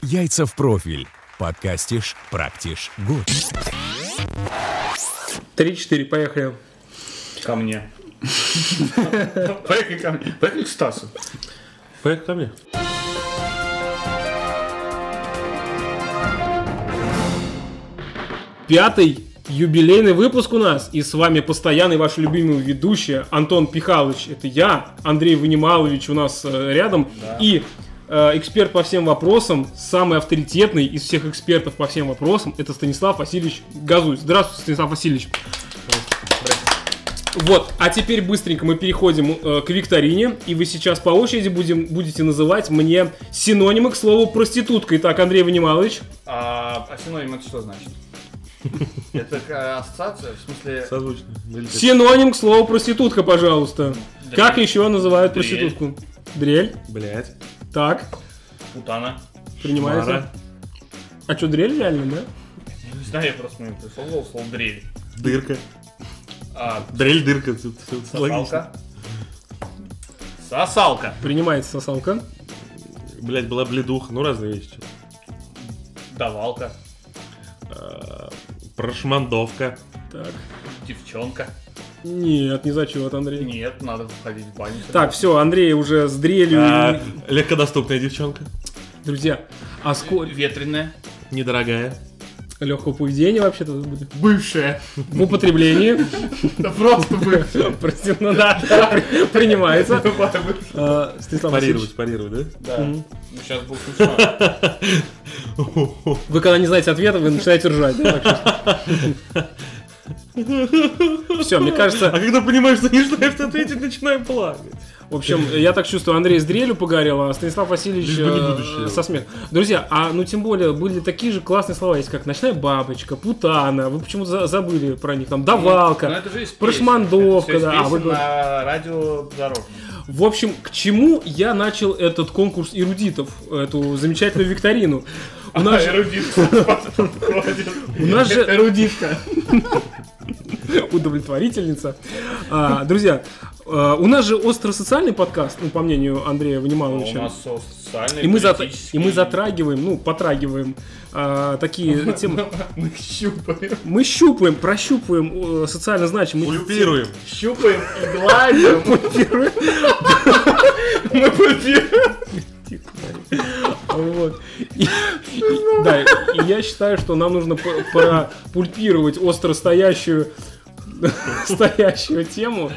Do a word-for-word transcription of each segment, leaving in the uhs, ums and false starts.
Яйца в профиль. Подкастишь, практишь, год. Три-четыре, поехали. Ко мне. Поехали ко мне. Поехали к Стасу. Поехали ко мне. Пятый юбилейный выпуск у нас. И с вами постоянный ваш любимый ведущий Антон Пихалыч. Это я, Андрей Ванималович у нас э, рядом. Да. И э, эксперт по всем вопросам, самый авторитетный из всех экспертов по всем вопросам, это Станислав Васильевич Газуй. Здравствуйте, Станислав Васильевич. Вот, а теперь быстренько мы переходим э, к викторине, и вы сейчас по очереди будем, будете называть мне синонимы к слову проститутка. Итак, Андрей Ванималович. А, а синоним это что значит? Это ассоциация, в смысле... Созвучно. Синоним к слову проститутка, пожалуйста. Дрель. Как еще называют Дрель. проститутку? Дрель. Блять. Так, Путана. принимается. Мара. А что, дрель реально, да? Не знаю, я просто мне пришел в голову слово дрель. Дырка. А, Дрель, дырка. Все, все логично. сосалка. Сосалка. Принимается сосалка. Блять, была бледуха. Ну, разные вещи. Давалка. А, Прошмандовка. Так. Девчонка. Нет, не зачет, Андрей. Нет, надо ходить в баню. Так, все, Андрей уже с дрелью. А, легкодоступная девчонка. Друзья, а сколько Ветреная. Недорогая. легкого поведения вообще-то будет? Бывшая. В употреблении. Да просто бывшая. Прости, ну да, при- принимается. А, Станислав Васильевич, Парировать, парировать, да? Да. Ну сейчас будет смешно. вы когда не знаете ответа, вы начинаете ржать, да? Все, мне кажется, А когда понимаешь, что не знаешь, ответить, начинаем плакать. в общем, я так чувствую, Андрей с дрелью погорел, а Станислав Васильевич Лишь бы не э, будущее. со смехом. Друзья, а ну тем более были такие же классные слова, есть как ночная бабочка, путана, вы почему-то за- забыли про них, там Ну давалка, это же из песен. прошмандовка, Это всё из да. А, вы песен говорите- на радио дорожном. В общем, к чему я начал этот конкурс эрудитов, эту замечательную викторину? У нас же- Эрудитка. у нас же Эрудитка. удовлетворительница. А, друзья, а, у нас же остросоциальный подкаст, ну, по мнению Андрея У Ванималовича. нас социальный, И мы, за- политический. и мы затрагиваем, ну, потрагиваем а, такие темы. Мы щупаем. Мы щупаем, прощупываем э, социально значимые Пульпируем. Щупаем и гладим. темы. Мы пульпируем. Вот. И- и- Да, и я считаю, что нам нужно п- пропульпировать остро стоящую, стоящую тему.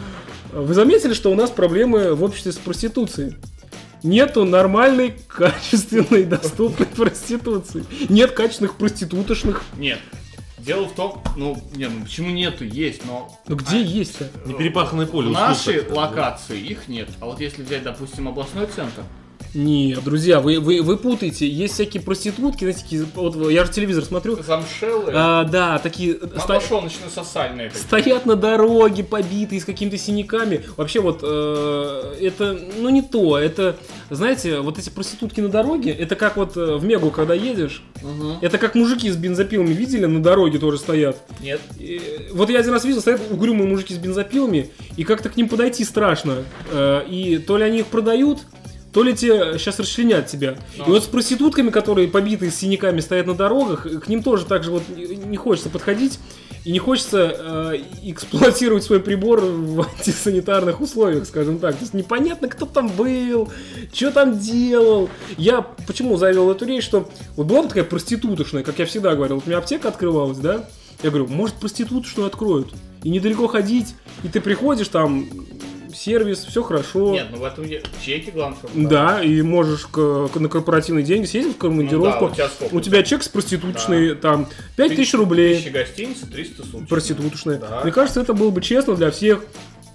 Вы заметили, что у нас проблемы в обществе с проституцией? Нету нормальной, качественной, доступной проституции. Нет качественных проститутошных. Нет. Дело в том, ну, нет, ну почему нету, есть, но... Ну где есть-то? Неперепаханное поле. В услуг, нашей так сказать, да. локации их нет. А вот если взять, допустим, областной центр, Нет, друзья, вы, вы, вы путаете. Есть всякие проститутки, знаете, такие, вот я же телевизор смотрю. замшелые, А, да, такие ста- мошоночно-сосальные такие. стоят на дороге, побитые, с какими-то синяками. Вообще вот э, это, ну не то. Это, знаете, вот эти проститутки на дороге, это как вот э, в Мегу, когда едешь. Мгм. Это как мужики с бензопилами, видели, на дороге тоже стоят. Нет. И, вот я один раз видел, стоят угрюмые мужики с бензопилами, и как-то к ним подойти страшно. Э, и то ли они их продают, то ли те сейчас расчленят тебя. А. И вот с проститутками, которые побитые с синяками стоят на дорогах, к ним тоже так же вот не хочется подходить. И не хочется э, эксплуатировать свой прибор в антисанитарных условиях, скажем так. То есть непонятно, кто там был, что там делал. Я почему завел эту речь, что вот была бы такая проститутошная, как я всегда говорил. Вот у меня аптека открывалась, да? Я говорю, может, проститутошную откроют. И недалеко ходить, и ты приходишь, там сервис, все хорошо. Нет, ну в этом е- чеки, главное, чтобы... Да, и можешь к- к- на корпоративные деньги съездить в командировку. Ну да, у тебя сколько? у тебя чек с проституточной, там, пять тысяч рублей. Тысяча гостиницы, триста суток. Проституточная. Да. Мне кажется, это было бы честно для всех.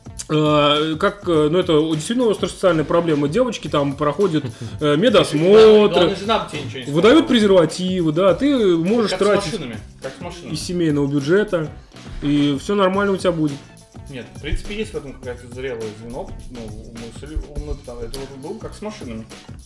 Э, Как, э, ну это действительно остросоциальная проблема. Девочки там проходят э, медосмотр, Главное, жена бы тебе ничего не выдают сказала. презервативы, да, ты можешь Как тратить с машинами. Как с машинами. из семейного бюджета, и все нормально у тебя будет. Нет, в принципе, есть в этом какое-то зрелое звено, ну, мысль умная, потому это вот было как с машинами.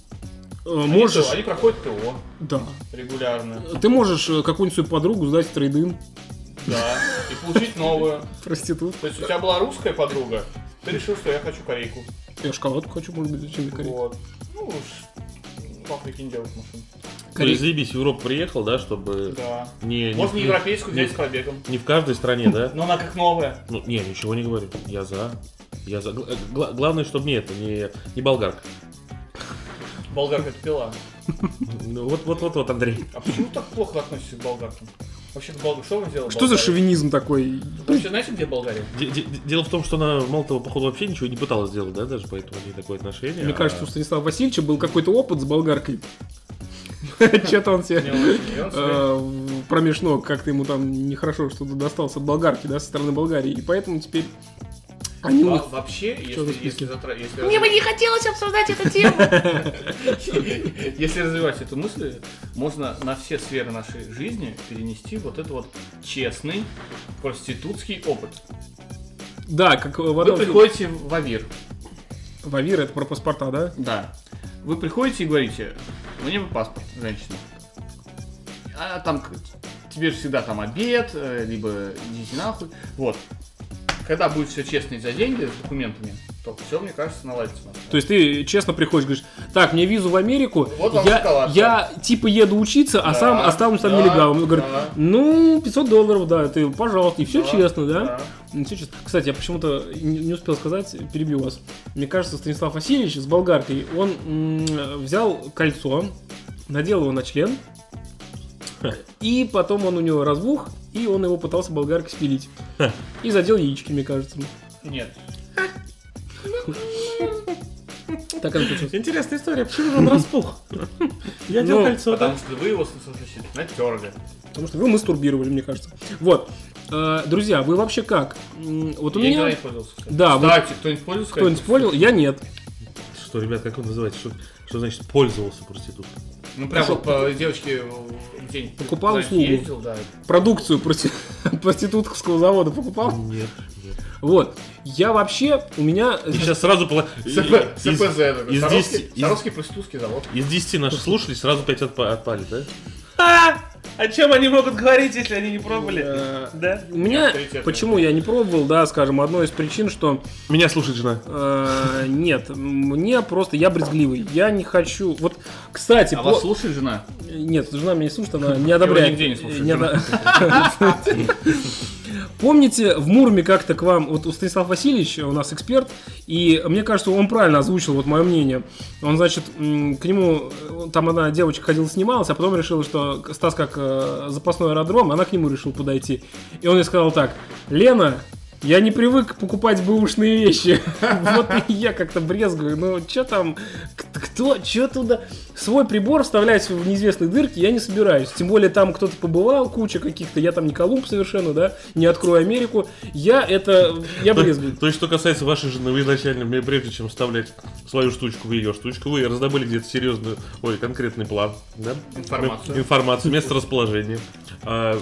Э, Они Можешь, то- Они проходят ТО да. регулярно, Ты можешь э, какую-нибудь свою подругу сдать в трейдин, да, и получить новую. проститут. То есть у тебя была русская подруга, ты решил, что я хочу корейку. Я шоколадку хочу, может быть, зачем мне корейку? Вот. Ну уж в Африке не делают машин. То есть заебись, в Европу приехал, да, чтобы Да. не, Можно не, европейскую не, взять с пробегом. не в каждой стране, да? Но она как новая. Ну, не, ничего не говорю. Я за. Я за. Гла- гла- главное, чтобы не это, не, не болгарка. Болгарка это пила. Ну, вот, вот, вот, вот, Андрей. А почему так плохо относитесь к болгаркам? Вообще, болгар, что вы сделали? Что за шовинизм такой? Вообще, знаете, где Болгария? Де- де- Дело в том, что она, мало того, походу, вообще ничего не пыталась сделать, да, даже поэтому у нее такое отношение. Мне а- кажется, у Станислава Васильевича был какой-то опыт с болгаркой. Что-то он Не себе очень. И он себе- э, промеж ног, как-то ему там нехорошо что-то досталось от болгарки, да, со стороны Болгарии. И поэтому теперь они у Во- них... Вообще, Что за если, списки? если, затра- если Мне бы разви- не хотелось обсуждать эту тему. если развивать эту мысль, можно на все сферы нашей жизни перенести вот этот вот честный проститутский опыт. Да, как в Вы одном фильме. приходите в Авир. Вавир, это про паспорта, да? Да. Вы приходите и говорите, мне бы паспорт, женщина. А там к- тебе же всегда там обед, э, либо идите нахуй. Вот. Когда будет все честно и за деньги, с документами, то все, мне кажется, наладится. То есть ты честно приходишь, говоришь, так, мне визу в Америку, Вот вам я, шоколад, я типа еду учиться, а Да, сам останусь там да, нелегалом. Он говорит, да. ну, пятьсот долларов, да, ты, пожалуйста, и все Да, честно, да? да. Ну, всё честно. Кстати, я почему-то не, не успел сказать, перебью вас. Мне кажется, Станислав Васильевич с болгаркой, он м, взял кольцо, надел его на член, и потом он у него разбух, и он его пытался болгаркой спилить. И задел яички, мне кажется. Нет. Так это случилось. Интересная история, почему же он распух? Я делал Ну, кольцо, да? Потому что вы его согласились натерли. Потому что вы мастурбировали, мне кажется. Вот. Э, друзья, вы вообще как? М, Вот у Я никогда меня... не пользовался. кстати. Да, вот Кстати, кто-нибудь пользовался? кто-нибудь понял? Я нет. Что, ребят, как вы называете? Что, что значит пользовался проституткой? Ну, прям Пошел. вот по девочке в день. Покупал куда-нибудь услугу. Ездил, да. Продукцию прости- проститутского завода покупал. Нет, нет. Вот. Я вообще... У меня... И сейчас сразу... пола- СП- из- СПЗ. такой, из Саровский- десяти- из- Саровский проститутский завод. Из десяти наших слушателей сразу пять отпа- отпали, да? А! О чем они могут говорить, если они не пробовали? э, Да? У меня... Авторитетный. Почему я не пробовал, да, скажем, одной из причин, что... Меня слушает жена. э, Нет, мне просто... Я брезгливый. Я не хочу... Вот, кстати... А по- вас слушает жена? Нет, жена меня не слушает, она не одобряет. нигде не слушает, Не одо- Помните, в Мурме как-то к вам, вот у Станислава Васильевича, у нас эксперт, и мне кажется, он правильно озвучил вот мое мнение. Он, значит, м, к нему, э, там одна девочка ходила, снималась, а потом решила, что Стас как э, запасной аэродром, она к нему решила подойти. И он ей сказал так: Лена, я не привык покупать бэушные вещи. Вот и я как-то брезгую. Ну, что там, к- кто, что туда... Свой прибор вставлять в неизвестные дырки я не собираюсь. Тем более там кто-то побывал, куча каких-то. Я там не Колумб совершенно, да, не открою Америку. Я это... Я брезгую. То есть, что касается вашей жены, вы изначально, мне прежде чем вставлять свою штучку в ее штучку, вы раздобыли где-то серьезный, ой, конкретный план, да? Информацию. Информацию, место расположения. А,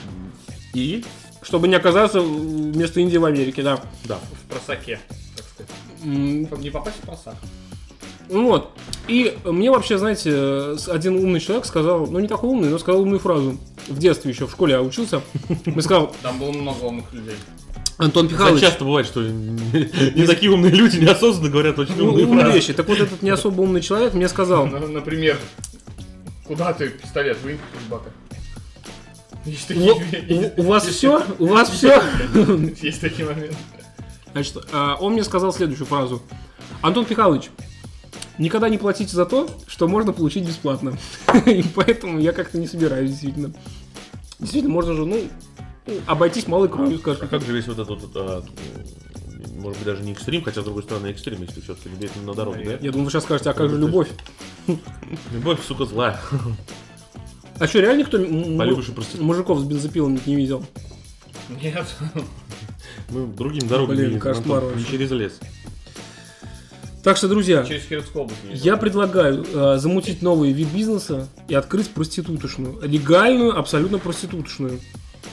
и, Чтобы не оказаться вместо Индии в Америке, да. да, В просаке, так сказать. М, Чтобы не попасть в просак. Ну вот. И мне вообще, знаете, с- один умный человек сказал, ну не такой умный, но сказал умную фразу. В детстве еще, в школе я учился. Мы сказал, Там было много умных людей. Антон кстати, Михайлович, часто бывает, что не, не такие умные люди неосознанно говорят очень ну, умные умные фразы. вещи. Так вот этот не особо умный человек мне сказал, Ну, например, куда ты пистолет вынь из бака? Есть у, такие, у- у вас все? У вас все? есть такие моменты. Значит, а, он мне сказал следующую фразу. Антон Михайлович, никогда не платите за то, что можно получить бесплатно. И поэтому я как-то не собираюсь, действительно. Действительно, можно же, ну, обойтись малой кровью, А скажем. как же весь вот этот, вот, а, может быть, даже не экстрим, хотя, с другой стороны, экстрим, если все-таки любить на дороге, да? Я думаю, вы сейчас скажете, а как же любовь? Любовь, сука, злая. А что, реально никто м- Полюбишь и проститутку. мужиков с бензопилами не видел? Нет. Мы другим дорогам Блин, едем, кошмар Антон, не вообще. через лес. Так что, друзья, Через Кировскую область ездил. я предлагаю э, замутить новый вид бизнеса и открыть проституточную. Легальную, абсолютно проституточную.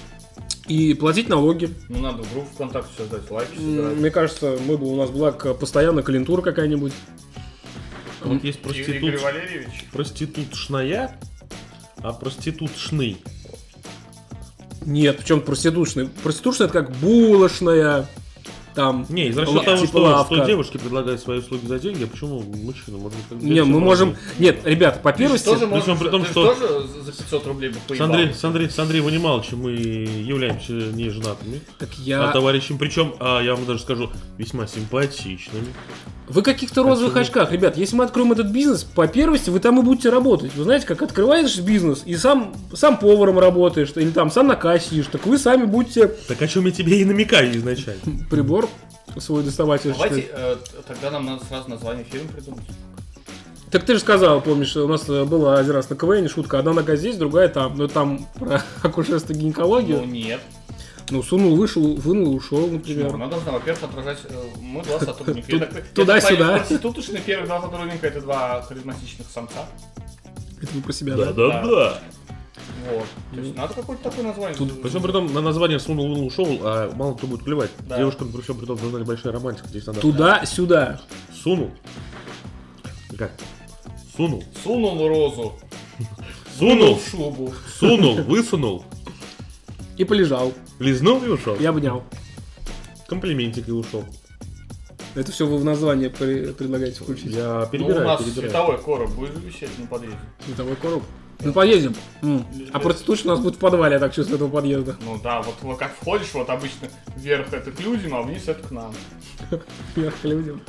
И платить налоги. Ну, надо в группу ВКонтакте создать, лайки М, собирать. Мне кажется, мы бы у нас была к- постоянно калентура какая-нибудь. Вот есть Игорь проститут... Валерьевич. проститутшная, а проститутшный. Нет, причем проституточная. Проституточная это как булочная, там Не, из расчета ла- того, типа что, лавка. что девушки предлагают свои услуги за деньги, а почему мужчина? Может, как Не, мы можем... Нет, ребята, по Ты же первости... тоже можешь, причем при том, ты же что- тоже за пятьсот рублей бы С, поебал. Андрей, с, Андрей, с Андреем Ванималовичем мы являемся не женатыми, Так а я... товарищем, причем, а, я вам даже скажу, весьма симпатичными. Вы в каких-то розовых Почему? очках, ребят. Если мы откроем этот бизнес, по первости вы там и будете работать. Вы знаете, как открываешь бизнес и сам, сам поваром работаешь, или там сам на кассе сидишь, так вы сами будете Так о чем я тебе и намекаю изначально. прибор свой доставать. Давайте, э, тогда нам надо сразу название фирмы придумать. Так ты же сказал, помнишь, у нас э, была один раз на КВН шутка, одна нога здесь, другая там. Но там про акушерство и гинекологию. Ну нет. Ну, сунул, вышел, вынул, ушел, например. Она должна, во-первых, отражать... э, Мы два сотрудника. Я так- я туда-сюда. так понимаю, Проституточные первые два сотрудника — это два харизматичных самца. Это вы про себя, да? Да-да-да. Вот. То есть надо какое-то такое название. Причем при том на название сунул, вынул, ушел, а мало кто будет клевать. Да. Девушкам, причем при том, должна быть большая романтика. Здесь надо Туда-сюда. сунул. Как? Сунул. Сунул розу. Сунул. в шубу. Сунул, высунул, И полежал. лизнул и ушел. И обнял. Комплиментик и ушел. Это все вы в название при- предлагаете включить. Я Ну, у перебираю, нас перебираю. световой короб будет висеть на подъезде. Световой короб. Ну, поедем. М. А проститутка у нас будет в подвале, я так чувствую, этого подъезда. Ну да, вот, вот как входишь, вот обычно вверх это к людям, а вниз это к нам. Вверх к людям.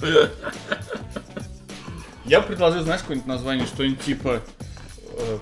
Я бы предложил, знаешь, какое-нибудь название, что-нибудь типа... э,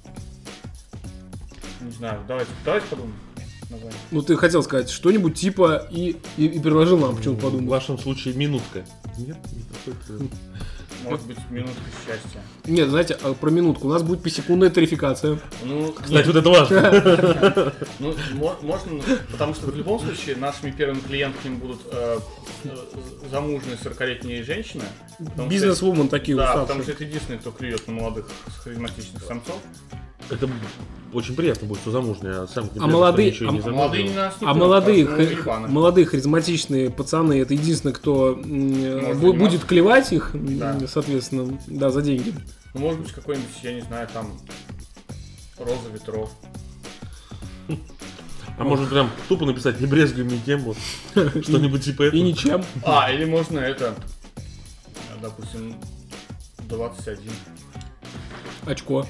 не знаю, давайте, давайте подумаем. Название. Ну, ты хотел сказать что-нибудь типа и, и, и предложил нам почему-то В подумать. вашем случае минутка. Нет, не такой. Может быть, минутка счастья. Нет, знаете, а про минутку. У нас будет посекундная тарификация. Ну, Кстати, вот это важно. ну, мо- можно, ну, потому что в любом случае нашими первыми клиентками будут э, э, замужние сорокалетние женщины. потому что- Бизнес-вумен такие Да, уставшие. потому что это единственный, кто клюет на молодых харизматичных самцов. Это очень приятно будет, что замужняя, а сам А молодые- А молодые не нас не А клюют, молодые, потому что мы х- уебаны. молодые харизматичные пацаны, это единственное, кто м, Может бу- будет заниматься. клевать их, м, Да. соответственно, да, за деньги. Ну, может быть, какой-нибудь, я не знаю, там, роза ветров. А можно прям тупо написать, не брезгуем никем, вот. Что-нибудь типа И этого. ничем. А, или можно это, допустим, двадцать один. Очко.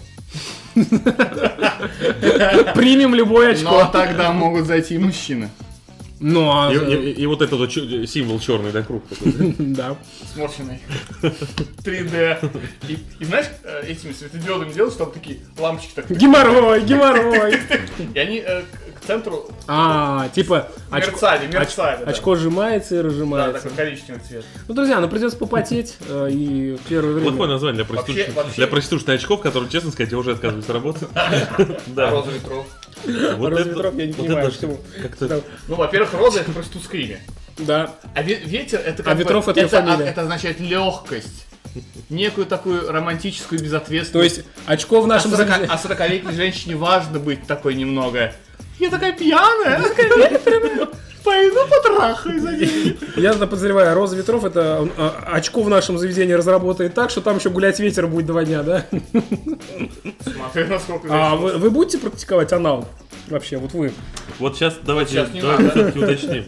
Примем любое Но очко. тогда могут зайти и мужчины. Ну, а... И, и- и вот этот вот чё- символ черный, да, круг такой. Да. Сморщенный. три дэ. И, и знаешь, э, этими светодиодами делают, чтобы такие лампочки так... Геморрой, геморрой. И они э, к, к центру А, типа, очко, мерцали, мерцали. да. очко сжимается и Да, разжимается. такой коричневый цвет. Ну, друзья, ну придется попотеть, э, и в первое время... Плохое название для Вообще- проститутки. вообще- Для проститутки очков, которые, честно сказать, я уже отказываюсь работать. Да. Роза ветров. Вот Роза это- ветров я не вот понимаю, это почему. как-то... Ну, во-первых, роза это проститутское имя. Да. А ве- ветер это А как бы- ветров это это, фамилия. а- это означает легкость. Некую такую романтическую безответственность. То есть, очко в а нашем... сорока- заведении- а сорокалетней женщине важно быть такой немного. Я такая пьяная, такая ветреная. Пойду потрахаю за ней. Я подозреваю, Роза Ветров это а, очко в нашем заведении разработает так, что там еще гулять ветер будет два дня, да? Смотри, насколько А весело. вы, вы будете практиковать анал? Вообще, вот вы. Вот сейчас давайте, Сейчас не давайте надо. все-таки уточним.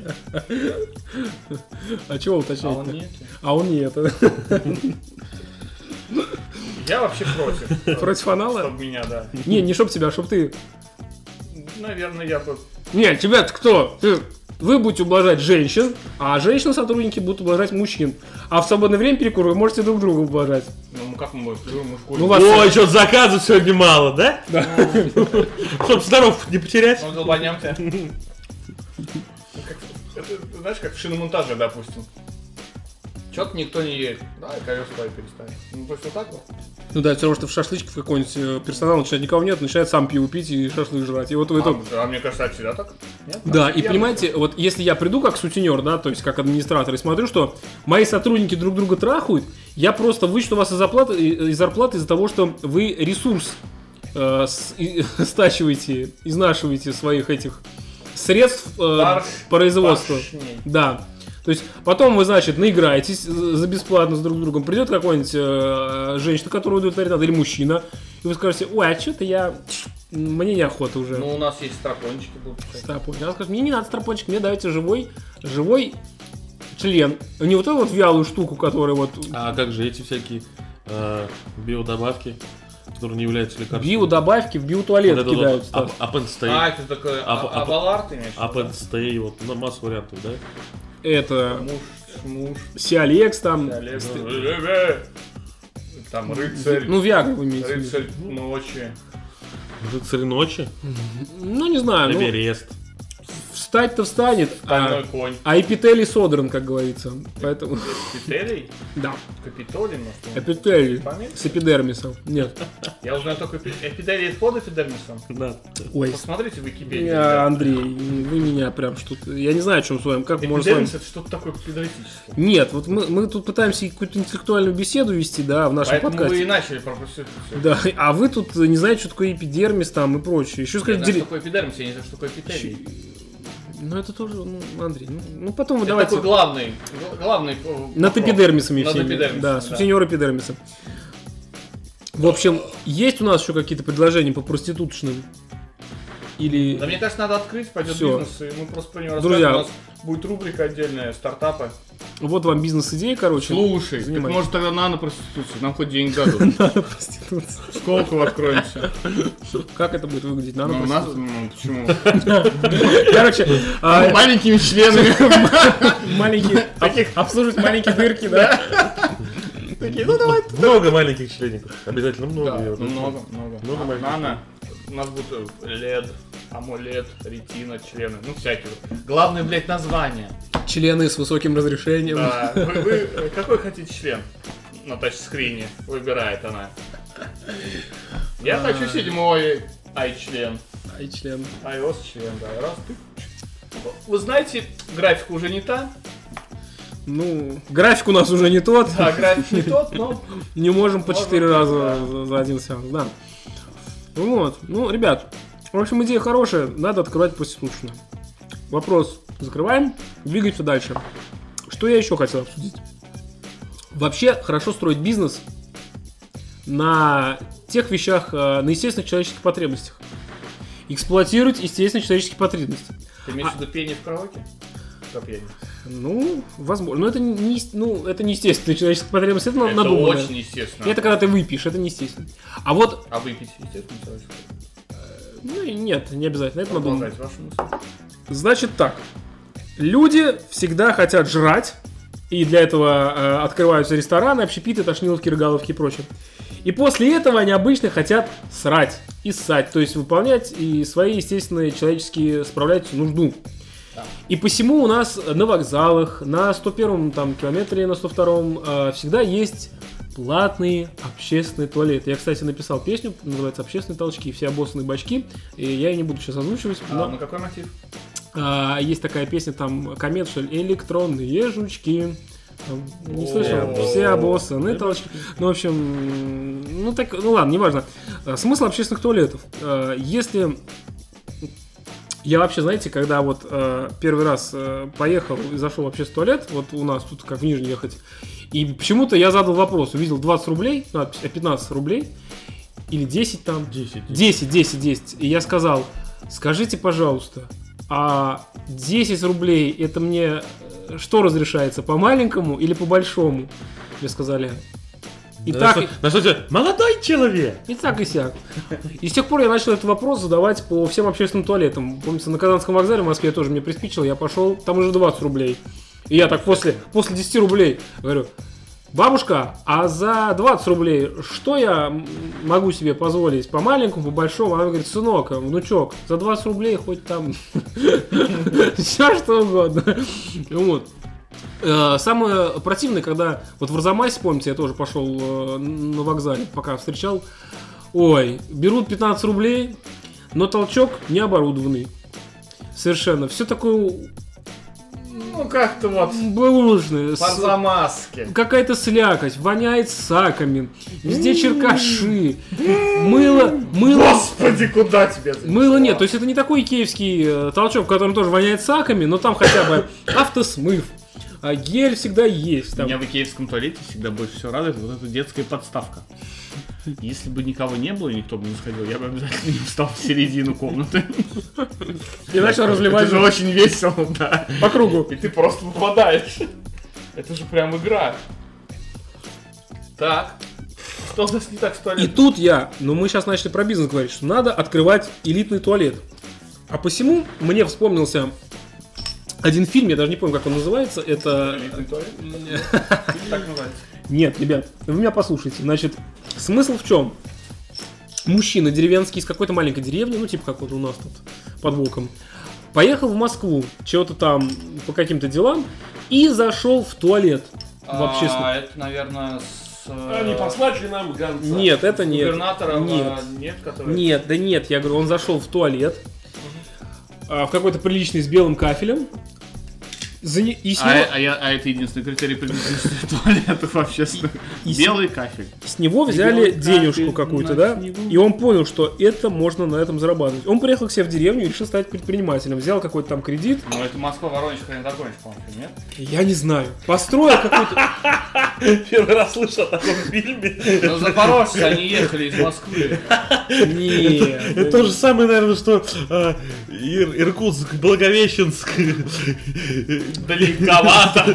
А чего А уточнять? он нет. А он нет. Я вообще против. Против анала? Чтоб меня, да. Не, не чтоб тебя, чтоб ты. Наверное, я бы... Нет, тебя кто? Ты- Вы будете ублажать женщин, а женщины-сотрудники будут ублажать мужчин. А в свободное время перекур вы можете друг друга ублажать. Ну, как мы можем? Мы в Ну, вас- Ой, что заказов сегодня мало, да? Чтоб здоров не потерять. Ну, долбанемся. Это, знаешь, как в шиномонтаже, допустим. Чё-то никто не едет. Давай колеса твои переставим. Ну, то есть вот так вот. Ну да, все равно, что в шашлычке в какой-нибудь э, персонал начинает, никого нет, начинает сам пиво пить и шашлык жрать. И вот в этом... А, а мне кажется, это всегда так. Нет? Да, А, и я- понимаете, вот если я приду как сутенер, да, то есть как администратор, и смотрю, что мои сотрудники друг друга трахают, я просто вычту вас из оплаты, из зарплаты из-за того, что вы ресурс э, с- и- стачиваете, изнашиваете своих этих средств э, Барш- производства. барышней. Да. То есть потом вы, значит, наиграетесь за бесплатно с друг другом. Придет какая-нибудь э, женщина, которая удовлетворит надо, или мужчина, и вы скажете: ой, а что-то я... Мне неохота уже. Ну, у нас есть стропончики будут. Стропончик. Она скажет: мне не надо стропончик, мне дайте живой, живой член. Не вот эту вот вялую штуку, которая вот... А как же эти всякие э, биодобавки, которые не являются лекарством? Биодобавки в биотуалет Вот это кидают. вот Up- Up and Stay. А, это такое, А- а- Абалар ты имеешь? Up and Stay, вот, ну, масса вариантов, да? Это Муж, муж, Сиалекс там. Олег, там рыцарь, Ну, Виагра вы имеете в виду. рыцарь ночи. Рыцарь ночи, Ну, не знаю. Ну, Эверест. встать-то встанет, Стальной а, конь. а эпителий содран, как говорится. Поэтому, Эпителий? да. Капитолий, может? Эпителий Помните? с эпидермисом. Нет. Я узнаю только эпи- эпителий это под эпидермисом. Да. Ой, Посмотрите в Википедии. я, ребят. Андрей, вы меня прям что-то... Я не знаю, о чем с вами. Как можно с вами... Эпидермис это что-то такое педагогическое. Нет, вот мы, мы тут пытаемся какую-то интеллектуальную беседу вести, да, в нашем Поэтому подкасте. вы и начали про проституцию. Да, а вы тут не знаете, что такое эпидермис там и прочее. Еще Я сказать, знаю, дели- что такое эпидермис, я не знаю, что такое эпителий. Ну это тоже, ну, Андрей, ну, ну потом вы Это давайте такой главный, г- главный э, над вопрос. эпидермисами Над всеми. эпидермисом, Да, да. сутенер эпидермиса. В общем, есть у нас еще какие-то предложения по проституточным? Или... Да мне кажется, надо открыть, пойдет Всё. бизнес, и мы просто про него Друзья. расскажем. У нас будет рубрика отдельная, стартапы. Вот вам бизнес-идея, короче. Слушай, так занимайтесь. может тогда нано проституцию, нам хоть денег дадут. Надо проституция. Сколково откроемся. Как это будет выглядеть? Надо Ну, у нас, проституция. ну, почему? Короче, а, Маленькими членами. маленькие... Таких. Обслуживать маленькие дырки, да? Такие, ну давай. Много маленьких члеников. Обязательно много. Да, я вот ну, это- много, много. Много А, маленьких. Нано. У нас будут лед, амулет, ретина, члены. Ну, всякие. Главное, блядь, название. Члены с высоким разрешением. Да. Вы, вы, э, какой хотите член на тачскрине? Выбирает она. Я хочу седьмой ай-член. Ай, член. iOS-член, да. Раз ты. Вы знаете, графика уже не та. Ну, график у нас уже не тот. Да, график не тот, но... Не можем по Можем, четыре раза да. за, за один сеанс, да. Вот. Ну, ребят, в общем, идея хорошая. Надо открывать проституточную. Вопрос закрываем. Двигаемся дальше. Что я еще хотел обсудить? Вообще, хорошо строить бизнес на тех вещах, э, на естественных человеческих потребностях. Эксплуатировать естественные человеческие потребности. Ты имеешь в виду пение в караоке? Как пение? Ну, возможно. Но это не, ес- ну, это не естественная человеческая потребность, это, Это надуманное. очень естественно. Это когда ты выпьешь, это не естественно. А вот, А выпить естественно человеческое? ну нет, не обязательно, это надуманное. Продолжайте вашу мысль. Значит так, люди всегда хотят жрать, и для этого э, открываются рестораны, общепиты, тошниловки, рыгаловки и прочее. И после этого они обычно хотят срать и ссать, то есть выполнять и свои естественные человеческие справлять нужду. Да. И посему у нас на вокзалах, на сто первом там, километре, на сто втором э, всегда есть платные общественные туалеты. Я, кстати, написал песню, называется «Общественные толчки». Все обоссанные бачки, и я ее не буду сейчас озвучивать. А, но... на какой мотив? А, есть такая песня, там, коммент, что ли, электронные жучки. Там, не слышал? О. Все обоссаны, толчки. Ну, в общем, ну так, ну ладно, неважно. А, Смысл общественных туалетов. А, Если я вообще, знаете, когда вот э, первый раз э, поехал и зашел в общественный туалет, вот у нас тут как в Нижний ехать, и почему-то я задал вопрос, увидел двадцать рублей, ну, пятнадцать рублей, или десять там. десять. десять, десять, десять. И я сказал, скажите, пожалуйста, а десять рублей это мне э, что разрешается, по маленькому или по большому? Мне сказали. И На так, что- на что тебе? Молодой человек! и так, и сяк. И с тех пор я начал этот вопрос задавать по всем общественным туалетам. Помните, на Казанском вокзале в Москве тоже мне приспичило, я пошел, там уже двадцать рублей. И я так после, после десяти рублей говорю, бабушка, а за двадцать рублей что я м- могу себе позволить? По маленькому, по большому? Она говорит, сынок, внучок, за двадцать рублей хоть там все что угодно. Вот. Э, Самое противное, когда вот в Арзамасе, помните, я тоже пошел э, на вокзале, пока встречал. Ой, берут пятнадцать рублей, но толчок не оборудованный. Совершенно. Все такое Ну, как-то вот бэушное. по с- замазке. Какая-то слякоть, воняет саками, везде черкаши, мыло, мыло, Господи, куда тебя занесло? мыло нет, то есть это не такой киевский э, толчок, в котором тоже воняет саками, но там хотя бы автосмыв, а гель всегда есть. Там. Меня в икеевском туалете всегда больше всего радует вот эта детская подставка. Если бы никого не было и никто бы не сходил, я бы обязательно не встал в середину комнаты. И начал разливать Это же очень весело, да. по кругу. И ты просто попадаешь. Это же прям игра. Так. Что у нас не так с И туалетом? тут я, ну мы сейчас начали про бизнес говорить, что надо открывать элитный туалет. А посему мне вспомнился один фильм, я даже не помню, как он называется. Это... Элитный туалет? Так называется. Нет, ребят, вы меня послушайте. Значит, смысл в чем? Мужчина деревенский из какой-то маленькой деревни, ну типа как вот у нас тут под боком, поехал в Москву, чего-то там по каким-то делам, и зашел в туалет. В общественном. А, это, наверное, с... А не послать ли нам гонца? Нет, это нет. Губернатором, Нет. а, нет, который... Нет, да нет, я говорю, он зашел в туалет, а, в какой-то приличный с белым кафелем. За не- и с А, него, а, я, а это единственный критерий приличности туалетов общественных. и с- Белый кафель. с него взяли белый денежку кафель какую-то, на да? снегу. И он понял, что это можно на этом зарабатывать. Он приехал к себе в деревню и решил стать предпринимателем. Взял какой-то там кредит. Ну это Москва, Воронеж, хрен догонишь, по-моему, нет? Я не знаю. Построил какой-то... Первый раз слышу о таком фильме. Ну запорожцы, они ехали из Москвы. Нет. Это то же самое, наверное, что а, Ир- Иркутск, Благовещенск. Далековато.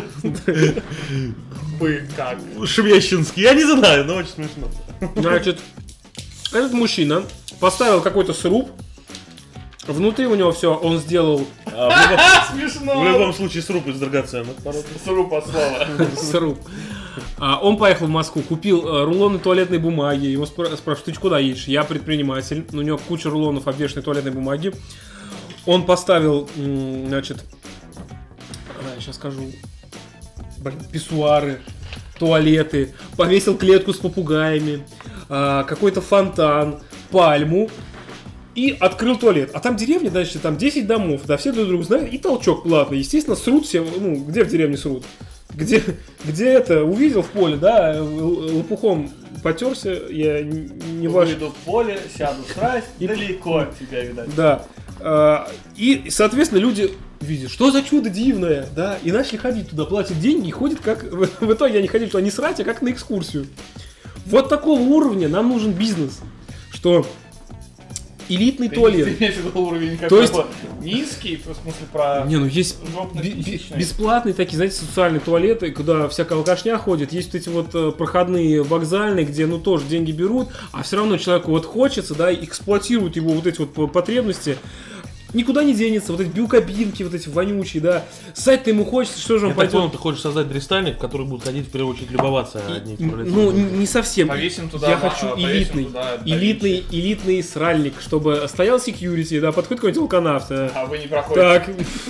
Бы как. Швещенск. Я не знаю, но очень смешно. Значит, этот мужчина поставил какой-то сруб. Внутри у него все, он сделал А, в, любом, в Смешно. любом случае сруб из драгоценных пород. Сруб от слова. сруб. А, он поехал в Москву, купил э, рулоны туалетной бумаги. Его спра- спрашивают, ты куда едешь? Я предприниматель. У него куча рулонов обвешанной туалетной бумаги. Он поставил, м, значит, а, сейчас скажу, блин, писсуары, туалеты, повесил клетку с попугаями, а, какой-то фонтан, пальму. И открыл туалет. А там деревня, значит, там десять домов, да, все друг друга знают, и толчок платный. Естественно, срут все, ну, где в деревне срут? Где, где это, увидел в поле, да, л- лопухом потерся, я не, не ваш... Выйду в поле, сяду срасть, далеко от тебя, видать. Да. А, и, соответственно, люди видят, что за чудо дивное, да, и начали ходить туда, платят деньги и ходят как... В, в итоге они ходили туда не срать, а как на экскурсию. Вот такого уровня нам нужен бизнес, что... Элитный Ты, туалет. ты имеешь в виду уровень То есть- какой-то низкий, в смысле про... Не, ну есть би- би- жопно-писечный. бесплатные такие, знаете, социальные туалеты, куда всякая алкашня ходит. Есть вот эти вот э, проходные вокзальные, где, ну, тоже деньги берут, а все равно человеку вот хочется, да, и эксплуатируют его вот эти вот п- потребности. Никуда не денется, вот эти биокабинки, вот эти вонючие, да. Ссать-то ему хочется, что же он Я так понял, пойдет? ты хочешь создать дрестальник, в который будут ходить в первую очередь любоваться одни Ну, н- не совсем. Повесим туда, Я а, хочу повесим элитный, туда элитный, элитный сральник, чтобы стоял секьюрити, да, подходит какой-нибудь алканавт. да. А вы не проходите. Так.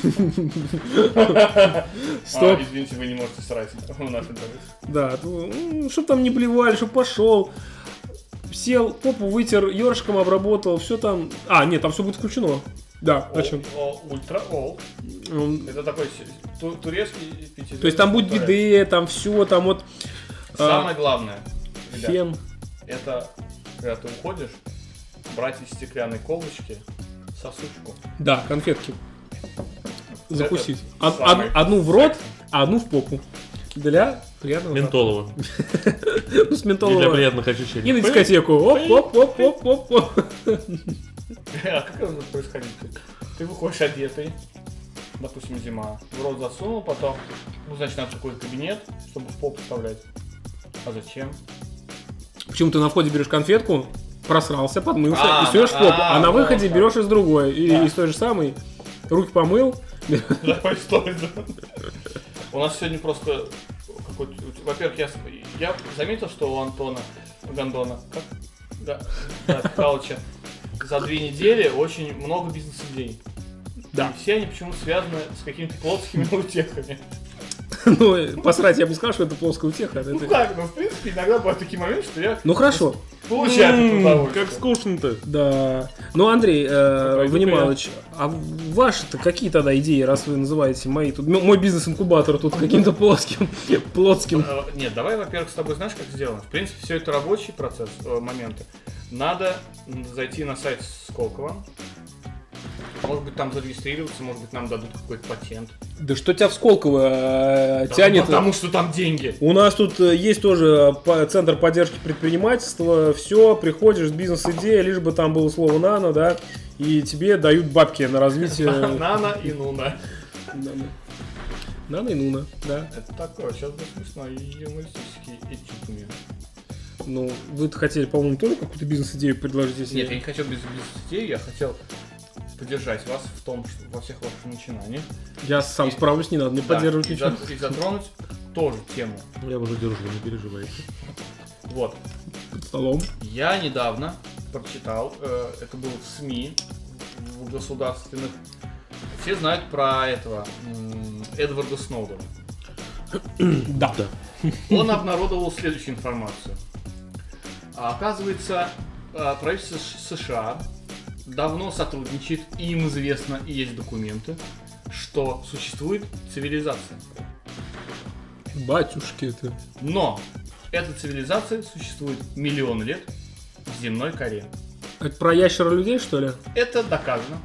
Стоп. А, извините, вы не можете срать в нашем туалете. Да, чтобы там не блевали, чтобы пошел. Сел, попу вытер, ёршиком обработал, все там. А, нет, там все будет включено. Да, о чем? О, о, Ультра ол. Это такой с- ту- турецкий пятизвездочный То есть там будет туалет. биде, там все, там вот Самое главное, ребят, фен. это когда ты уходишь, брать из стеклянной колбочки сосучку. Да, конфетки. Закусить. Это Од- самый од- одну в рот, а одну в попу. Для приятного. Ментолово. запаха. Ну, с И для ментолового. приятных И ощущений. на дискотеку. Оп-оп-оп-оп-оп-оп. А как это будет происходить? Ты выходишь одетый, допустим, зима, в рот засунул, потом, ну, значит, надо какой-то кабинет, чтобы в попу вставлять. А зачем? Почему ты на входе берешь конфетку, просрался, подмылся А, и суешь в а, попу, а на вот выходе так. берешь из другой, и- Да. из той же самой, руки помыл. Такой стоит. У нас сегодня просто какой-то... Во-первых, я, я заметил, что у Антона Гондона, как? Да, да, Михалыча, за две недели очень много бизнес-идей. Да. И все они почему-то связаны с какими-то плотскими утехами. Ну, посрать, я бы не сказал, что это плоская утеха. это- Ну как, ну в принципе иногда бывают такие моменты, что я Ну хорошо. получаю это М, удовольствие. Как скучно-то. Да. Ну, Андрей э, пойду-ка Ванималович, а ваши-то какие тогда идеи, раз вы называете мои тут, м- мой бизнес-инкубатор тут каким-то плоским, плотским? Э, Нет, давай, во-первых, с тобой знаешь, как сделано? В принципе, все это рабочий процесс, э, моменты. Надо м, зайти на сайт Сколково. Может быть, там зарегистрироваться, может быть, нам дадут какой-то патент. Да что тебя в Сколково э, Да, тянет? Потому что там деньги. У нас тут э, есть тоже по- центр поддержки предпринимательства. Все, приходишь с бизнес-идеей, лишь бы там было слово «нано», да, и тебе дают бабки на развитие. Нана и Нуна. Нана и Нуна, да. Это такое, сейчас будет смешно, и юмористический этюд у меня. Ну, вы хотели, по-моему, тоже какую-то бизнес-идею предложить, если... Нет, я не хотел без бизнес-идеи, я хотел поддержать вас в том, что во всех ваших начинаниях. Я сам И- справлюсь, не надо мне Да, поддерживать и, ничего. за- и затронуть тоже тему. Я уже держу, не переживайте. Вот. Под столом. Я недавно прочитал, э, это было в СМИ, в государственных. Все знают про этого м, Эдварда Сноудена. Да. Он обнародовал следующую информацию. А, Оказывается, а, правительство Ш- США давно сотрудничает, и им известно, и есть документы, что существует цивилизация. Батюшки это. Но эта цивилизация существует миллионы лет в земной коре. Это про ящера людей, что ли? Это доказано.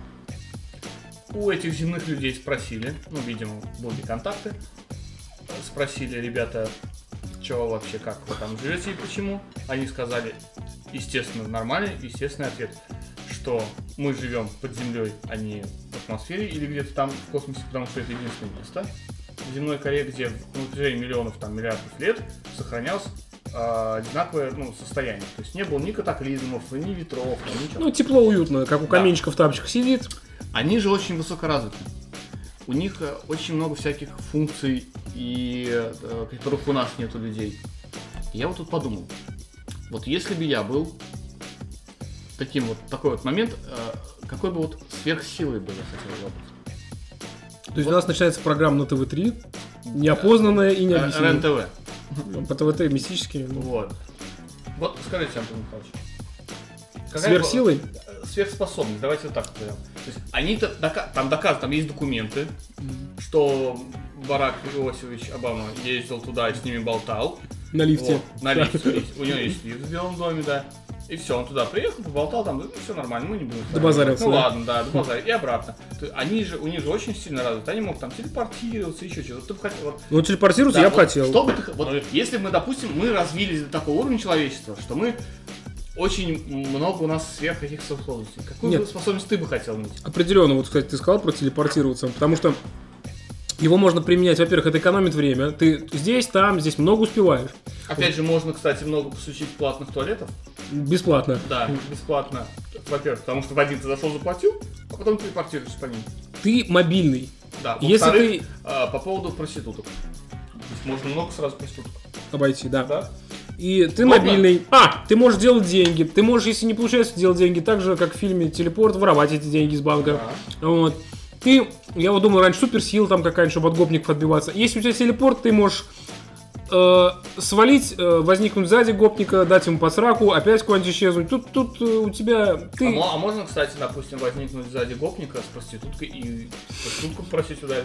У этих земных людей спросили, ну, видимо, были контакты, спросили, ребята, что вообще, как вы там живете и почему. Они сказали, естественно, нормальный, естественный ответ, что мы живем под землей, а не в атмосфере или где-то там в космосе, потому что это единственное место в земной коре, где на протяжении миллионов, там, миллиардов лет сохранялось а, одинаковое, ну, состояние. То есть не было ни катаклизмов, ни ветров, там, ничего. Ну, тепло, уютно, как у Да. каменчика в тапочках сидит. Они же очень высокоразвиты. У них э, очень много всяких функций, и э, которых у нас нет у людей. Я вот тут подумал, вот если бы я был таким вот, такой вот момент, э, какой бы вот сверхсилой бы я хотел работать? То есть у нас начинается программа на ТВ три, неопознанная и Э, необъясненная. РЕН-ТВ. По ТВ-Т мистические. ну. Вот. Вот скажите, Антон Михайлович. какая Сверхсилой? бы- Сверхспособность, давайте вот так назовем. То есть они-то дока- там доказаны, там есть документы, что Барак Иосифович Обама ездил туда и с ними болтал. На лифте. Вот, на лифте. Есть. У него есть лифт в Белом доме, да. И все, он туда приехал, поболтал, там, ну, все нормально, мы не будем. Добазарился, Ну да? ладно, да, добазарил. И обратно. То есть они же, у них же очень сильно развиты. Они могут там телепортироваться, еще что-то. Ты бы хотел, вот, Ну, телепортироваться да, я бы вот хотел. Что бы ты, вот, если мы, допустим, мы развились до такого уровня человечества, что мы очень много у нас сверх каких способностей. Какую Нет. бы способность ты бы хотел иметь? Определенно, вот, кстати, ты сказал про телепортироваться, потому что его можно применять, во-первых, это экономит время. Ты здесь, там, здесь много успеваешь. Опять же, можно, кстати, много посучить платных туалетов. Бесплатно. Да, бесплатно. Во-первых, потому что в один ты зашел, заплатил, а потом телепортируешься по ним. Ты мобильный. Да, Если во-вторых, ты- а, по поводу проституток. Здесь можно много сразу проституток. Обойти, да. Да? И ты Удобно? мобильный. А, ты можешь делать деньги. Ты можешь, если не получается делать деньги, так же, как в фильме «Телепорт», воровать эти деньги из банка. Вот. Ты, я вот думаю, раньше суперсила там какая-нибудь, чтобы от гопников отбиваться. Если у тебя телепорт, ты можешь э, свалить, э, возникнуть сзади гопника, дать ему по сраку, опять куда-нибудь исчезнуть. Тут, тут э, у тебя... Ты... А, мо- а можно, кстати, допустим, возникнуть сзади гопника с проституткой и проститутку просить ударить?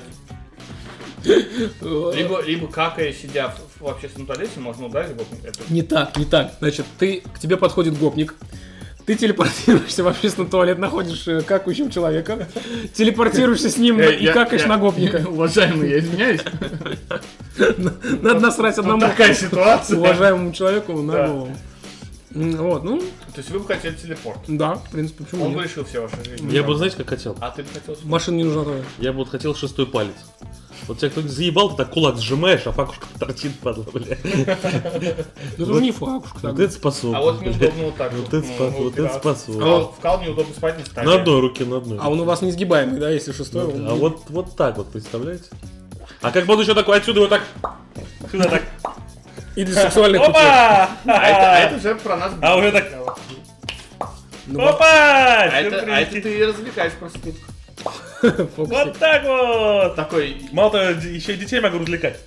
э, Либо, либо какая, сидя в, в общественном туалете, можно ударить гопника. Это... Не так, не так. Значит, ты, к тебе подходит гопник, ты телепортируешься в общественный туалет, находишь э, какающего человека, телепортируешься с ним Э, и я- какаешь я- на гопника. Уважаемый, я извиняюсь. Надо насрать одному Вот такая ситуация. уважаемому человеку на Да. голову. М, Вот, ну, То есть вы бы хотели телепорт. да, в принципе, почему Он бы нет? решил все ваши жизни. Я бы, знаете, как хотел? А ты бы хотел... Машина не нужна твоя. Я бы вот хотел шестой палец. Вот тебя кто-нибудь заебал, ты так кулак сжимаешь, а факушка торчит, падла, бля. Ну, это Вот- же не факушка. Вот так. это способность, А вот бля. неудобно вот так. Вот вот, это ну, спо- вот это упираться. способность. В кал- В кал неудобно спать на столе. На одной руке, на одной. А он у вас не сгибаемый, да, если шестой? он- А вот, вот так вот, представляете? А как буду еще такой отсюда вот так, сюда так. И для сексуальных путей. Опа! А это, а это уже про нас. А уже так. Ну, Опа! А это, а это Сюрпризик. ты развлекаешь проститутку. фокусик. Вот так вот! Такой, Мало того, еще и детей могу развлекать.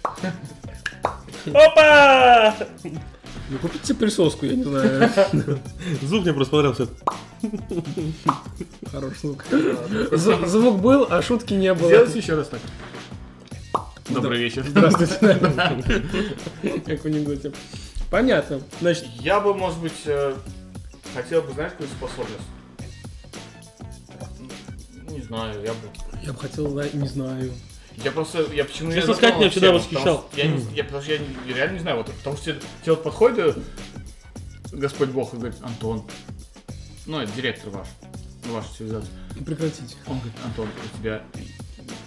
Опа! Ну, купите присоску, я не знаю. Звук мне просто понравился. Хороший звук. Зв- Звук был, а шутки не было. сделайте еще раз так. Добрый вечер. Здравствуйте. Как в анекдоте. Понятно. Значит, Я бы, может быть, э, хотел бы, знаешь, какую способность? Не знаю, я бы... я бы хотел, знать, не знаю. Я просто, я почему Честно я сказать, затронул меня всегда тему, восхищал. потому что Я, не, я, потому что я, не- я реально не знаю, вот, потому что тебе, тебе вот подходит э, Господь Бог и говорит, Антон, ну, это директор ваш, ну, вашей цивилизации. Прекратите. Он говорит, Антон, у тебя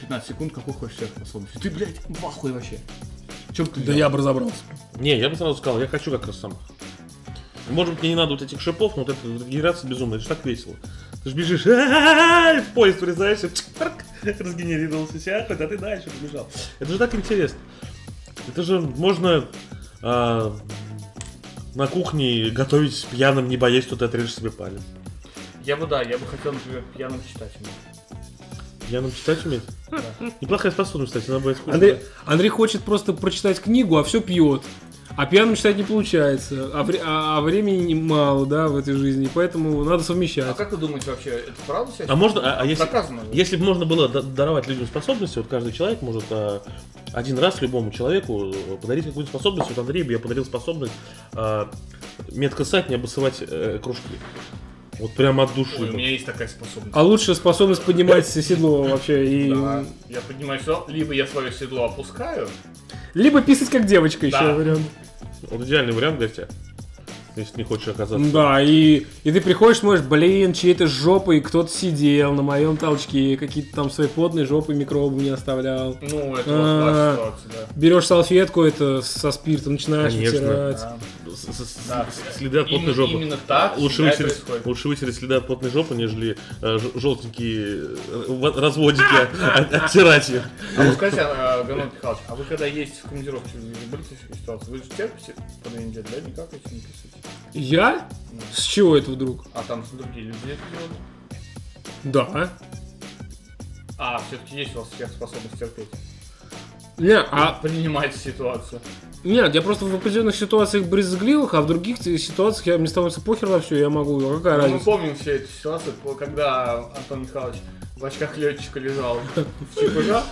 пятнадцать секунд, какой хочешь сверхспособности. Ты, блядь, в ахуе вообще. Чем ты Да взял? я бы разобрался. Не, я бы сразу сказал, я хочу как Росомаха. Может быть, мне не надо вот этих шипов, но вот эта вот генерация безумная, это же так весело. Ты же бежишь, в поезд врезаешься, разгенерировался себя, хоть, а ты дальше побежал. Это же так интересно. Это же можно а, на кухне готовить пьяным, не боясь, что ты отрежешь себе палец. Я бы, да, я бы хотел, например, пьяным читать. Пьяным читать уметь? Да. Неплохая способность, кстати, она будет скучно. Андрей, Андрей хочет просто прочитать книгу, а все пьет. А пьяным читать не получается. А, вре- а- а времени мало, да, в этой жизни. Поэтому надо совмещать. А как вы думаете вообще, это правда сейчас? А можно, а, а если, Доказано же. если бы можно было да- даровать людям способности, вот каждый человек может а, один раз любому человеку подарить какую-нибудь способность. Вот Андрею бы я подарил способность а, метко ссать, не обоссывать э, кружки. Вот прямо от души. Ой, у меня есть такая способность. А лучше способность поднимать седло вообще. И... Да. Я поднимаю седло, либо я свое седло опускаю. Либо писать как девочка еще Да. вариант. Вот идеальный вариант для тебя, если не хочешь оказаться. Да, и, и ты приходишь, смотришь, блин, чьей-то жопой кто-то сидел на моем толчке, какие-то там свои потные жопы микробы не оставлял. Ну, это А. вот ситуация, да. Берешь салфетку это со спиртом, начинаешь Конечно. вытирать. Да. С- с- с- Да. Следы от потной Именно- жопы. именно так Лучше всегда вытереть, происходит. лучше вытереть следы от потной жопы, нежели э, ж- желтенькие э, в- разводики от- оттирать их. А вот скажите, а, Ганон Михайлович, а вы когда ездите в командировку, вы были в такой ситуации? Вы же терпите по две недели, да? Никак этим не писаете? Я? С чего это вдруг? А там другие люди это делают? Да. А, все-таки есть у вас сверхспособность терпеть. Не, а, Принимать ситуацию. нет, я просто в определенных ситуациях брезгливых, а в других ситуациях я, мне становится похер на все, я могу, какая Ну, мы разница? помним все эти ситуации, по- когда Антон Михайлович в очках летчика лежал в ЧПЖ,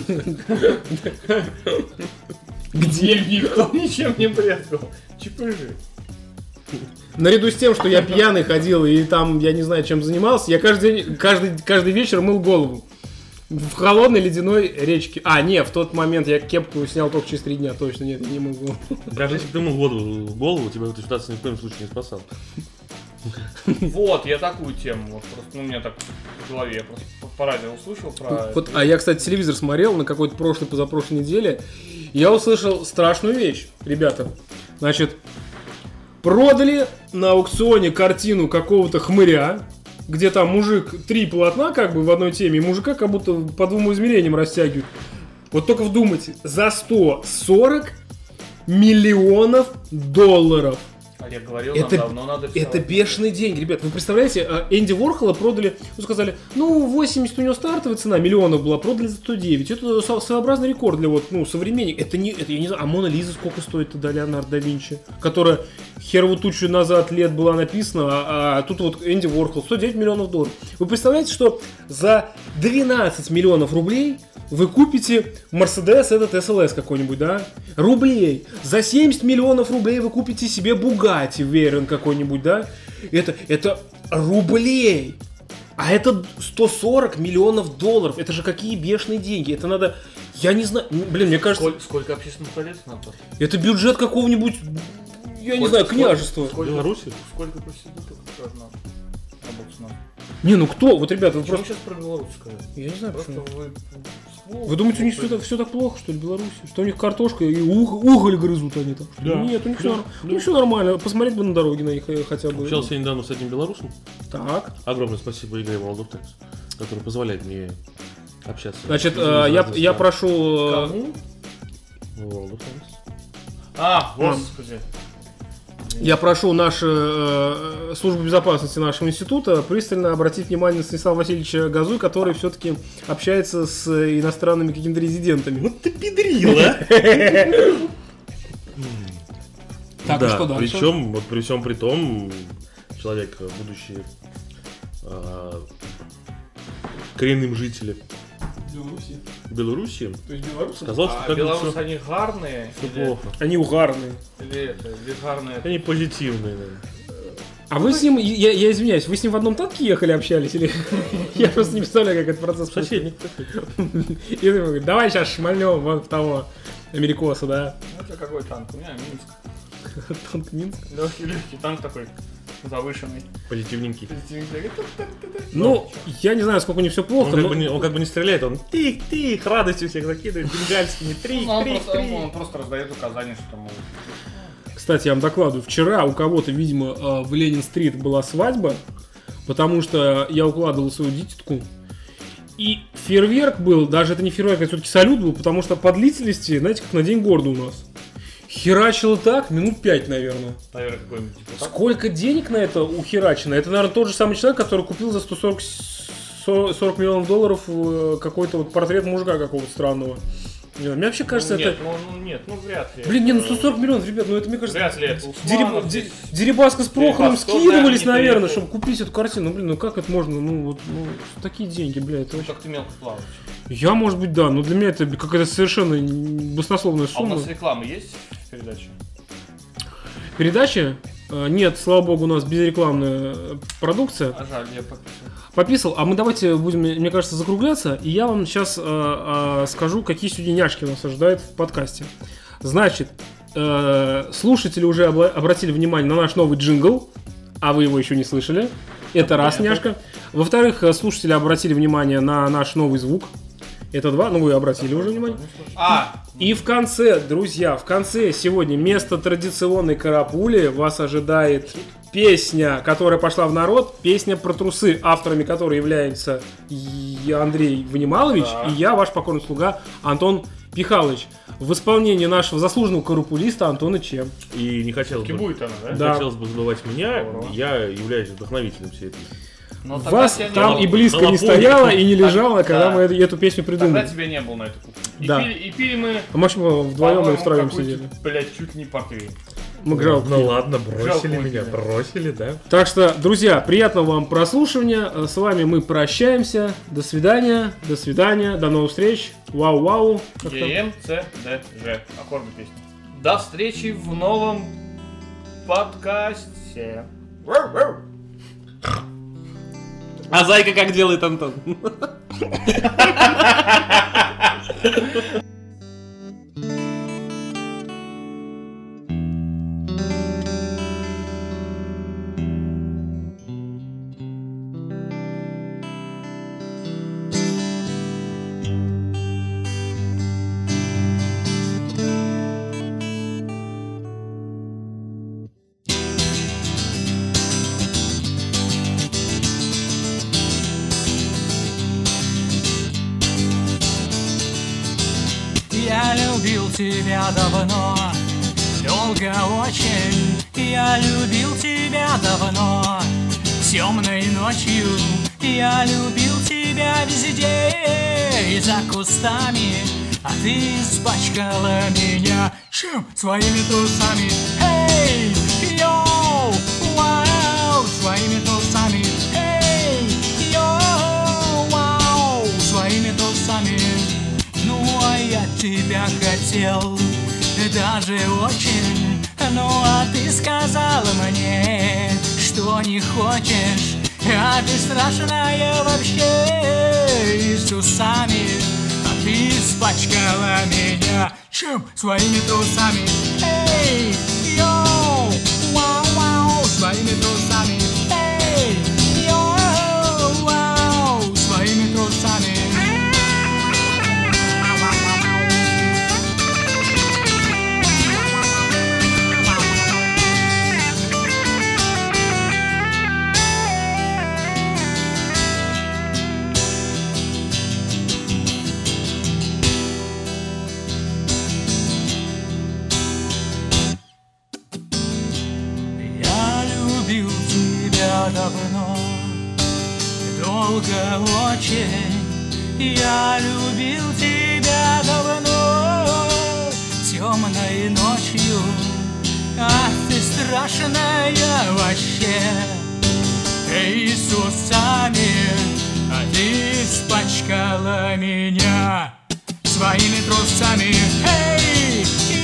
где никто ничем не брезговал. ЧПЖ. Наряду с тем, что я пьяный ходил и там, я не знаю, чем занимался, я каждый день, каждый, каждый вечер мыл голову. В холодной ледяной речке. А, не, в тот момент я кепку снял только через три дня, точно, нет, я не мыл голову. Даже если бы ты мыл воду в голову, тебя эта ситуация ни в коем случае не спасала. Вот, я такую тему, вот просто, ну, у меня так в голове, я просто по- по радио услышал про... Вот, а я, кстати, телевизор смотрел на какой-то прошлой, позапрошлой неделе, и я услышал страшную вещь, ребята. Значит, продали на аукционе картину какого-то хмыря, где там мужик, три полотна как бы в одной теме, и мужика как будто по двум измерениям растягивают. Вот только вдумайте, за сто сорок миллионов долларов. А я говорил, Это, нам давно надо это рисовать. бешеные деньги, ребят. Вы представляете, а, Энди Ворхола продали, ну сказали, ну восемьдесят у него стартовая цена, миллионов была, продали за сто девять. Это со- своеобразный рекорд для вот, ну, современников. Это не, это я не знаю, а Мона Лиза сколько стоит тогда, Леонардо да Винчи, которая херову тучу назад лет была написана, а, а тут вот Энди Ворхол, сто девять миллионов долларов. Вы представляете, что за двенадцать миллионов рублей вы купите Мерседес, этот эс эл эс какой-нибудь, да? Рублей. За семьдесят миллионов рублей вы купите себе Бугатти Вейрон какой-нибудь, да? Это, это рублей. А это сто сорок миллионов долларов. Это же какие бешеные деньги. Это надо... Я не знаю... ну, Блин, мне кажется, Сколько, сколько общественных туалетов надо платить? это бюджет какого-нибудь... Я не Сколько- знаю, сколько- княжества. Сколько, Беларуси? Сколько проституток должна работать надо? Не, ну кто? Вот, ребята, вы Почему просто... сейчас про Беларусь сказали? Я не знаю, Просто почему. вы... Вы думаете, у них все так, все так плохо, что ли, в Беларуси? Что у них картошка и уг- уголь грызут они там? Что ли? Да. Нет, у них, Да. все, нормально. Посмотреть бы на дороге на них э, хотя бы. Общался я недавно с одним белорусом. Так. Огромное спасибо Игорю Молдовтекс, который позволяет мне общаться. Значит, с э, людьми из я, разных я стран. прошу... э, Кому? World of Tanks. А, господи. Я прошу нашу э, службу безопасности нашего института пристально обратить внимание на Станислава Васильевича Газуй, который все-таки общается с иностранными какими-то резидентами. Вот ты педрила! Так, да, и что дальше? Причем, вот при всем при том, человек, будучи а, коренным жителем Беларуси. Белоруссии, То есть белорусы? сказал, что А как бы белорусы, все они гарные? или- плохо. Они угарные. Или это, или гарные? Они позитивные, наверное. А вы с ним, я, я извиняюсь, вы с ним в одном танке ехали, общались? Или я просто не представляю, как этот процесс Соседник. происходит. И ты говоришь, давай сейчас шмальнем вон в того америкоса, да? Ну, это какой танк? У меня Минск. Танк Минск. Легкий, легкий танк такой. завышенный. Позитивненький. Ну, я не знаю, сколько у них все плохо, Он как, но... бы не, он как бы не стреляет, он тих-тих, радостью всех закидывает, бенгальскими, трик, Ну, он, трик, просто, трик. он просто раздает указания, что мол. Кстати, я вам докладываю, вчера у кого-то, видимо, э, в Ленин-стрит была свадьба, потому что я укладывал свою дитятку, и фейерверк был, даже это не фейерверк, а все-таки салют был, потому что по длительности, знаете, как на День города у нас. Херачило так, минут пять, наверное. Наверное, какой-нибудь депутат. Сколько денег на это ухерачено? Это, наверное, тот же самый человек, который купил за сто сорок миллионов долларов э, какой-то вот портрет мужика какого-то странного. Не знаю, мне вообще кажется, ну, нет, это... Ну, ну нет, ну вряд ли. Блин, не, ну сто сорок миллионов, ребят, ну это, мне кажется... Вряд ли это. Дериб... Усманов, Де- Дерибаска с Прохором Дерибас тоже, скидывались, наверное, не наверное, приехал. чтобы купить эту картину. Ну, блин, ну как это можно? Ну, вот, ну, такие деньги, бля, это вообще... Как ты мелко плаваешь. Я, может быть, да, но для меня это какая-то совершенно баснословная А у сумма. нас реклама есть в передаче? Передача? Э, Нет, слава богу, у нас безрекламная э, продукция. А жаль, я подписал. Подписал, а мы давайте будем, мне кажется, закругляться, и я вам сейчас э, э, скажу, какие сегодня няшки нас ожидают в подкасте. Значит, э, слушатели уже обла- обратили внимание на наш новый джингл, а вы его еще не слышали. Это раз, няшка. Во-вторых, э, слушатели обратили внимание на наш новый звук. Это два, ну вы обратили уже внимание. А! И в конце, друзья, в конце сегодня вместо традиционной карапули вас ожидает песня, которая пошла в народ, песня про трусы, авторами которой являются я, Андрей Ванималович, Да. и я, ваш покорный слуга, Антон Пихалыч. В исполнении нашего заслуженного карапулиста Антона Че. И не хотелось И бы, будет она, да? не Да. хотелось бы забывать меня, Здорово. я являюсь вдохновителем всей этой. Но тогда Вас тебя не там было. и близко не Колобок. стояло, и не лежало, Да. когда мы эту, эту песню Тогда придумали. тебя не было на этой кухне. И, Да. пили, и пили мы, А может, мы вдвоем или по-моему, втроем какой-то, сидели. блядь, чуть не портвейн. Мы жалко. Ну ладно, бросили Жалко меня, меня. бросили, да. Так что, друзья, приятного вам прослушивания. С вами мы прощаемся. До свидания. До свидания. До новых встреч. Вау-вау. Как там? Е М Ц Д Ж. Аккорды песни. До встречи в новом подкасте. А зайка как делает Антон? Я любил тебя давно, долго очень. Я любил тебя давно, темной ночью. Я любил тебя везде и за кустами, а ты испачкала меня чем? Своими трусами. Эй, йоу, вау, своими трусами. Эй, йоу, вау, своими трусами. Ну, а я тебя хотел, даже очень. Ну, а ты сказала мне, что не хочешь. А ты страшная вообще, и с усами. А ты испачкала меня чем? Своими трусами. Эй, йоу, вау, вау, своими трусами. Эй, йоу, вау, своими трусами. Я любил тебя давно, долго очень. Я любил тебя давно, темной ночью. Ах, ты страшная вообще, Иисусами. А ты испачкала меня своими трусами. Эй,